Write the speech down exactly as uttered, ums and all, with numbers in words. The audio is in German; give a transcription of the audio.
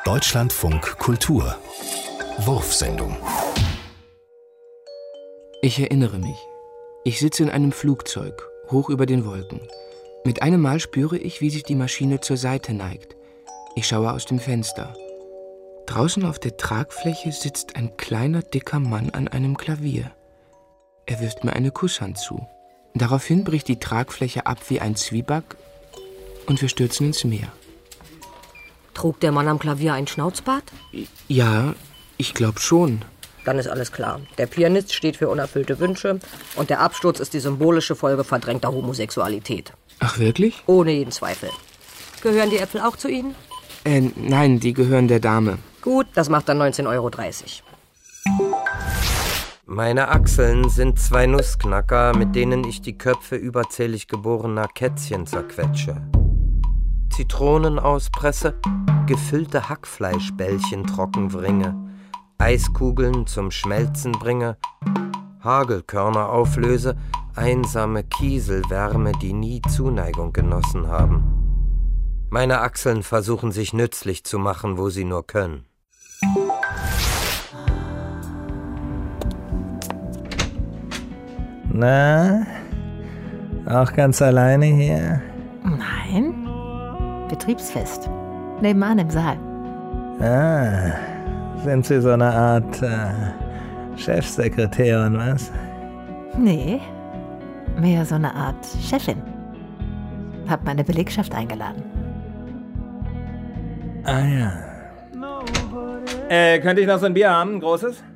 Deutschlandfunk Kultur Wurfsendung. Ich erinnere mich. Ich sitze in einem Flugzeug, hoch über den Wolken. Mit einem Mal spüre ich, wie sich die Maschine zur Seite neigt. Ich schaue aus dem Fenster. Draußen auf der Tragfläche sitzt ein kleiner, dicker Mann an einem Klavier. Er wirft mir eine Kusshand zu. Daraufhin bricht die Tragfläche ab wie ein Zwieback und wir stürzen ins Meer. Trug der Mann am Klavier einen Schnauzbart? Ja, ich glaube schon. Dann ist alles klar. Der Pianist steht für unerfüllte Wünsche und der Absturz ist die symbolische Folge verdrängter Homosexualität. Ach, wirklich? Ohne jeden Zweifel. Gehören die Äpfel auch zu Ihnen? Äh, nein, die gehören der Dame. Gut, das macht dann neunzehn Euro dreißig. Meine Achseln sind zwei Nussknacker, mit denen ich die Köpfe überzählig geborener Kätzchen zerquetsche. Zitronen auspresse, gefüllte Hackfleischbällchen trocken wringe, Eiskugeln zum Schmelzen bringe, Hagelkörner auflöse, einsame Kieselwärme, die nie Zuneigung genossen haben. Meine Achseln versuchen sich nützlich zu machen, wo sie nur können. Na, auch ganz alleine hier? Nein. Betriebsfest. Nebenan im Saal. Ah, sind Sie so eine Art äh, Chefsekretärin, was? Nee, mehr so eine Art Chefin. Hab meine Belegschaft eingeladen. Ah ja. Äh, könnte ich noch so ein Bier haben, ein großes?